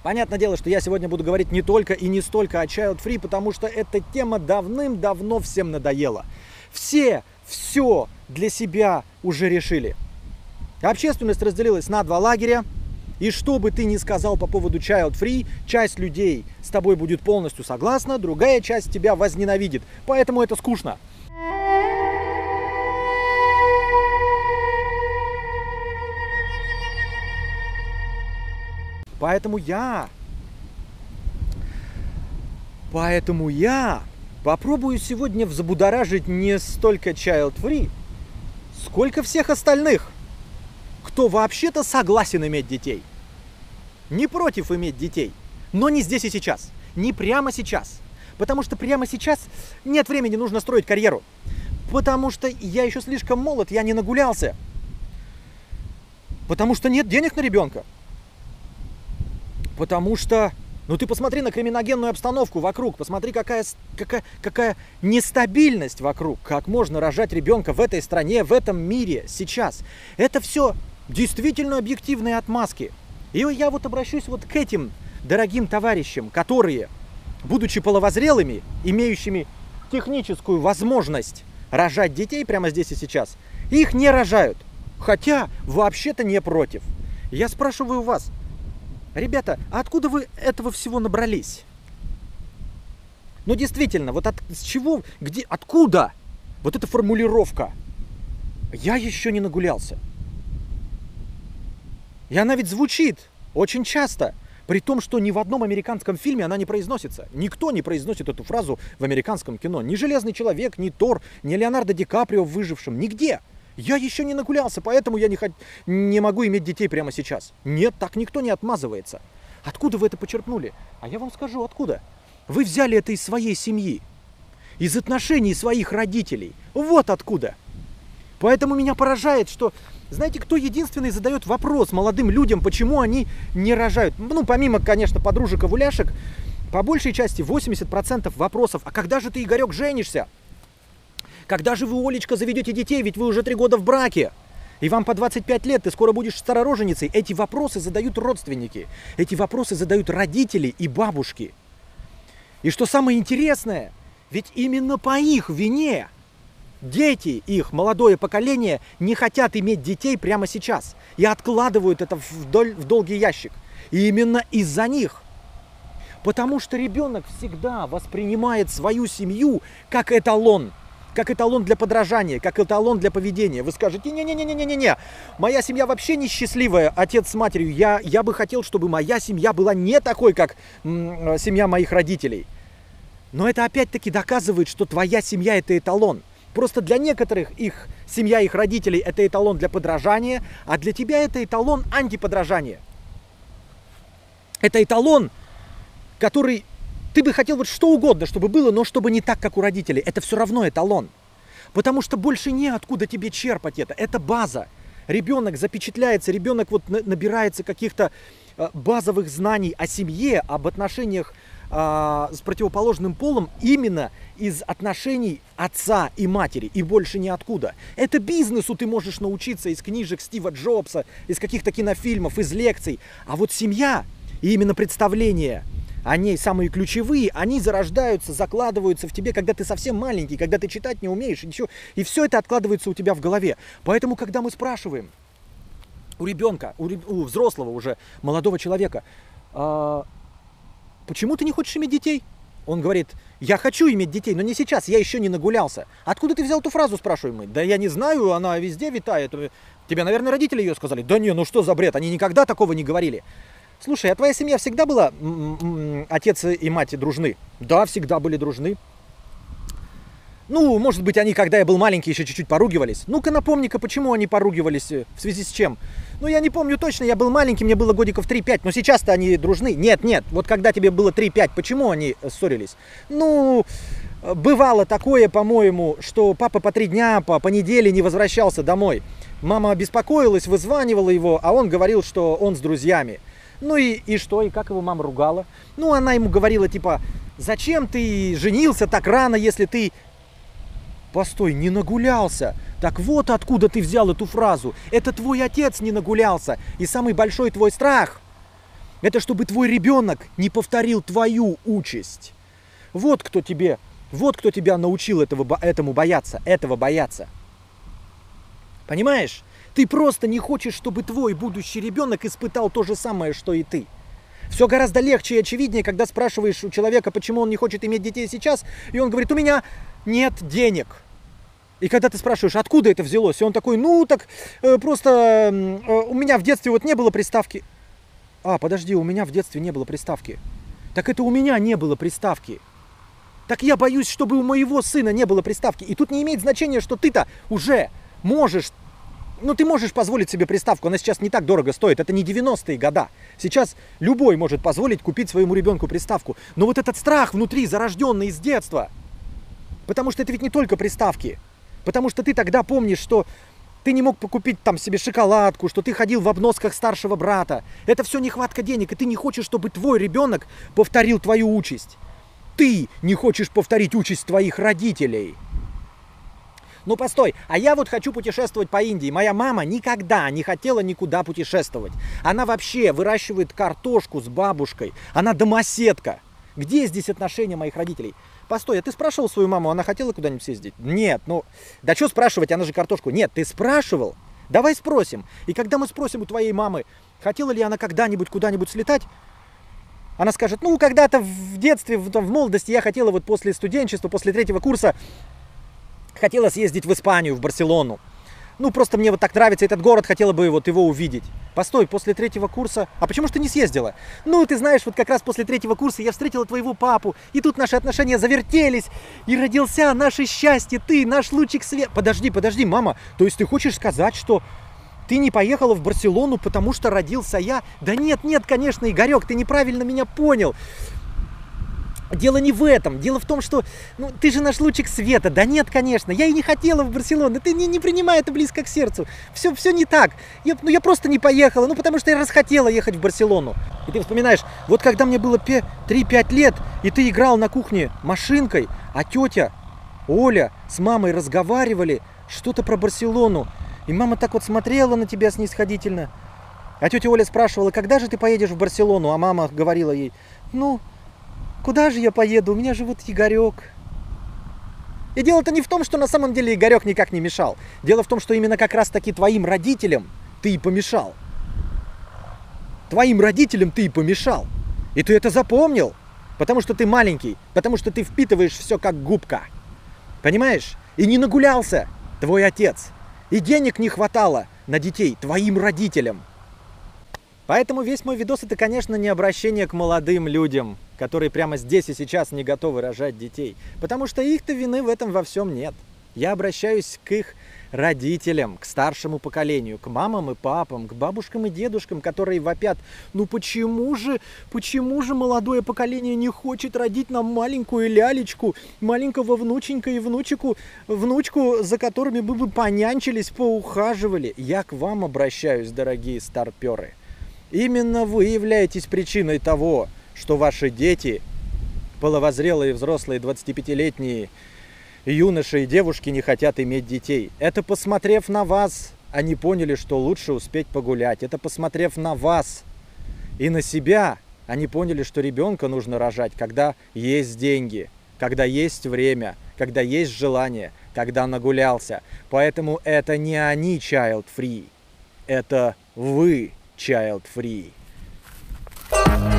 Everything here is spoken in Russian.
Понятное дело, что я сегодня буду говорить не только и не столько о Child Free, потому что эта тема давным-давно всем надоела. Все для себя уже решили. Общественность разделилась на два лагеря. И что бы ты ни сказал по поводу Child Free, часть людей с тобой будет полностью согласна, другая часть тебя возненавидит. Поэтому это скучно. Поэтому я попробую сегодня взбудоражить не столько Child Free, сколько всех остальных, кто вообще-то согласен иметь детей. Не против иметь детей, но не здесь и сейчас, не прямо сейчас. Потому что прямо сейчас нет времени, нужно строить карьеру. Потому что я еще слишком молод, я не нагулялся. Потому что нет денег на ребенка. Потому что, ну ты посмотри на криминогенную обстановку вокруг, посмотри, какая нестабильность вокруг, как можно рожать ребенка в этой стране, в этом мире сейчас. Это все действительно объективные отмазки. И я вот обращусь вот к этим дорогим товарищам, которые, будучи половозрелыми, имеющими техническую возможность рожать детей прямо здесь и сейчас, их не рожают, хотя вообще-то не против. Я спрашиваю вас, ребята, а откуда вы этого всего набрались? Ну действительно, вот с чего, где, откуда вот эта формулировка? Я еще не нагулялся. И она ведь звучит очень часто, при том, что ни в одном американском фильме она не произносится. Никто не произносит эту фразу в американском кино. Ни «Железный человек», ни Тор, ни Леонардо Ди Каприо в «Выжившем». Нигде. Я еще не нагулялся, поэтому я не могу иметь детей прямо сейчас. Нет, так никто не отмазывается. Откуда вы это почерпнули? А я вам скажу, откуда. Вы взяли это из своей семьи, из отношений своих родителей. Вот откуда. Поэтому меня поражает, что, знаете, кто единственный задает вопрос молодым людям, почему они не рожают? Ну, помимо, конечно, подружек-овуляшек, по большей части 80% вопросов, а когда же ты, Игорек, женишься? Когда же вы, Олечка, заведете детей? Ведь вы уже 3 года в браке. И вам по 25 лет, ты скоро будешь старороженицей. Эти вопросы задают родственники. Эти вопросы задают родители и бабушки. И что самое интересное, ведь именно по их вине дети, их молодое поколение, не хотят иметь детей прямо сейчас. И откладывают это в долгий ящик. И именно из-за них. Потому что ребенок всегда воспринимает свою семью как эталон. Как эталон для подражания, как эталон для поведения. Вы скажете, не-не-не-не-не-не, моя семья вообще несчастливая, отец с матерью. Я бы хотел, чтобы моя семья была не такой, как семья моих родителей. Но это опять-таки доказывает, что твоя семья – это эталон. Просто для некоторых их семья, их родителей – это эталон для подражания, а для тебя это эталон антиподражания. Это эталон, который... Ты бы хотел вот что угодно, чтобы было, но чтобы не так, как у родителей. Это все равно эталон. Потому что больше неоткуда тебе черпать это. Это база. Ребенок запечатляется, ребенок вот набирается каких-то базовых знаний о семье, об отношениях с противоположным полом именно из отношений отца и матери, и больше ниоткуда. Это бизнесу ты можешь научиться из книжек Стива Джобса, из каких-то кинофильмов, из лекций. А вот семья и именно представление о ней самые ключевые, они зарождаются, закладываются в тебе, когда ты совсем маленький, когда ты читать не умеешь, и все это откладывается у тебя в голове. Поэтому, когда мы спрашиваем у ребенка, у взрослого уже молодого человека, почему ты не хочешь иметь детей? Он говорит, я хочу иметь детей, но не сейчас, я еще не нагулялся. Откуда ты взял эту фразу, спрашиваем мы? Да я не знаю, она везде витает. Тебе, наверное, родители ее сказали. Да не, ну что за бред, они никогда такого не говорили. Слушай, а твоя семья всегда была, отец и мать, дружны? Да, всегда были дружны. Ну, может быть, они, когда я был маленький, еще чуть-чуть поругивались. Ну-ка, напомни-ка, почему они поругивались, в связи с чем? Ну, я не помню точно, я был маленький, мне было годиков 3-5, но сейчас-то они дружны. Нет, вот когда тебе было 3-5, почему они ссорились? Ну, бывало такое, по-моему, что папа по 3 дня, по неделе не возвращался домой. Мама беспокоилась, вызванивала его, а он говорил, что он с друзьями. Ну и что, и как его мама ругала? Ну, она ему говорила, типа, зачем ты женился так рано, если ты... Постой, не нагулялся. Так вот откуда ты взял эту фразу. Это твой отец не нагулялся. И самый большой твой страх Это чтобы твой ребенок не повторил твою участь. Вот кто тебя научил этому бояться, этого бояться. Понимаешь? Ты просто не хочешь, чтобы твой будущий ребенок испытал то же самое, что и ты. Все гораздо легче и очевиднее, когда спрашиваешь у человека, почему он не хочет иметь детей сейчас, и он говорит: у меня нет денег. И когда ты спрашиваешь, откуда это взялось, и он такой: ну так просто у меня в детстве вот не было приставки. А, подожди, у меня в детстве не было приставки. Так это у меня не было приставки. Так я боюсь, чтобы у моего сына не было приставки. И тут не имеет значения, что ты-то уже можешь, ну ты можешь позволить себе приставку, она сейчас не так дорого стоит, это не 90-е года. Сейчас любой может позволить купить своему ребенку приставку. Но вот этот страх внутри, зарожденный с детства, потому что это ведь не только приставки, потому что ты тогда помнишь, что ты не мог купить там себе шоколадку, что ты ходил в обносках старшего брата. Это все нехватка денег, и ты не хочешь, чтобы твой ребенок повторил твою участь. Ты не хочешь повторить участь твоих родителей. Ну постой, а я вот хочу путешествовать по Индии. Моя мама никогда не хотела никуда путешествовать. Она вообще выращивает картошку с бабушкой. Она домоседка. Где здесь отношения моих родителей? Постой, а ты спрашивал свою маму, она хотела куда-нибудь съездить? Нет, ну, да что спрашивать, она же картошку. Нет, ты спрашивал? Давай спросим. И когда мы спросим у твоей мамы, хотела ли она когда-нибудь куда-нибудь слетать, она скажет: ну, когда-то в детстве, в молодости я хотела вот после студенчества, после 3-го курса, хотела съездить в Испанию, в Барселону. Ну, просто мне вот так нравится этот город, хотела бы вот его увидеть. Постой, после 3-го курса... А почему же ты не съездила? Ну, ты знаешь, вот как раз после 3-го курса я встретила твоего папу, и тут наши отношения завертелись, и родился наше счастье, ты, наш лучик света. Подожди, мама, то есть ты хочешь сказать, что ты не поехала в Барселону, потому что родился я? Да нет, конечно, Игорек, ты неправильно меня понял. Дело не в этом. Дело в том, что ну, ты же наш лучик света. Да нет, конечно. Я и не хотела в Барселону. Ты не принимай это близко к сердцу. Все не так. Я просто не поехала. Ну, потому что я расхотела ехать в Барселону. И ты вспоминаешь, вот когда мне было 3-5 лет, и ты играл на кухне машинкой, а тетя Оля с мамой разговаривали что-то про Барселону. И мама так вот смотрела на тебя снисходительно. А тетя Оля спрашивала: когда же ты поедешь в Барселону? А мама говорила ей: ну... куда же я поеду? У меня же вот Игорек. И дело-то не в том, что на самом деле Игорек никак не мешал. Дело в том, что именно как раз-таки твоим родителям ты и помешал. Твоим родителям ты и помешал. И ты это запомнил. Потому что ты маленький. Потому что ты впитываешь все как губка. Понимаешь? И не нагулялся твой отец. И денег не хватало на детей твоим родителям. Поэтому весь мой видос — это, конечно, не обращение к молодым людям, которые прямо здесь и сейчас не готовы рожать детей. Потому что их-то вины в этом во всем нет. Я обращаюсь к их родителям, к старшему поколению, к мамам и папам, к бабушкам и дедушкам, которые вопят: ну почему же молодое поколение не хочет родить нам маленькую лялечку, маленького внученька и внучку, за которыми мы бы понянчились, поухаживали. Я к вам обращаюсь, дорогие старперы. Именно вы являетесь причиной того, что ваши дети, половозрелые, взрослые, 25-летние юноши и девушки, не хотят иметь детей. Это посмотрев на вас, они поняли, что лучше успеть погулять. Это посмотрев на вас и на себя, они поняли, что ребенка нужно рожать, когда есть деньги, когда есть время, когда есть желание, когда нагулялся. Поэтому это не они child free, это вы child free.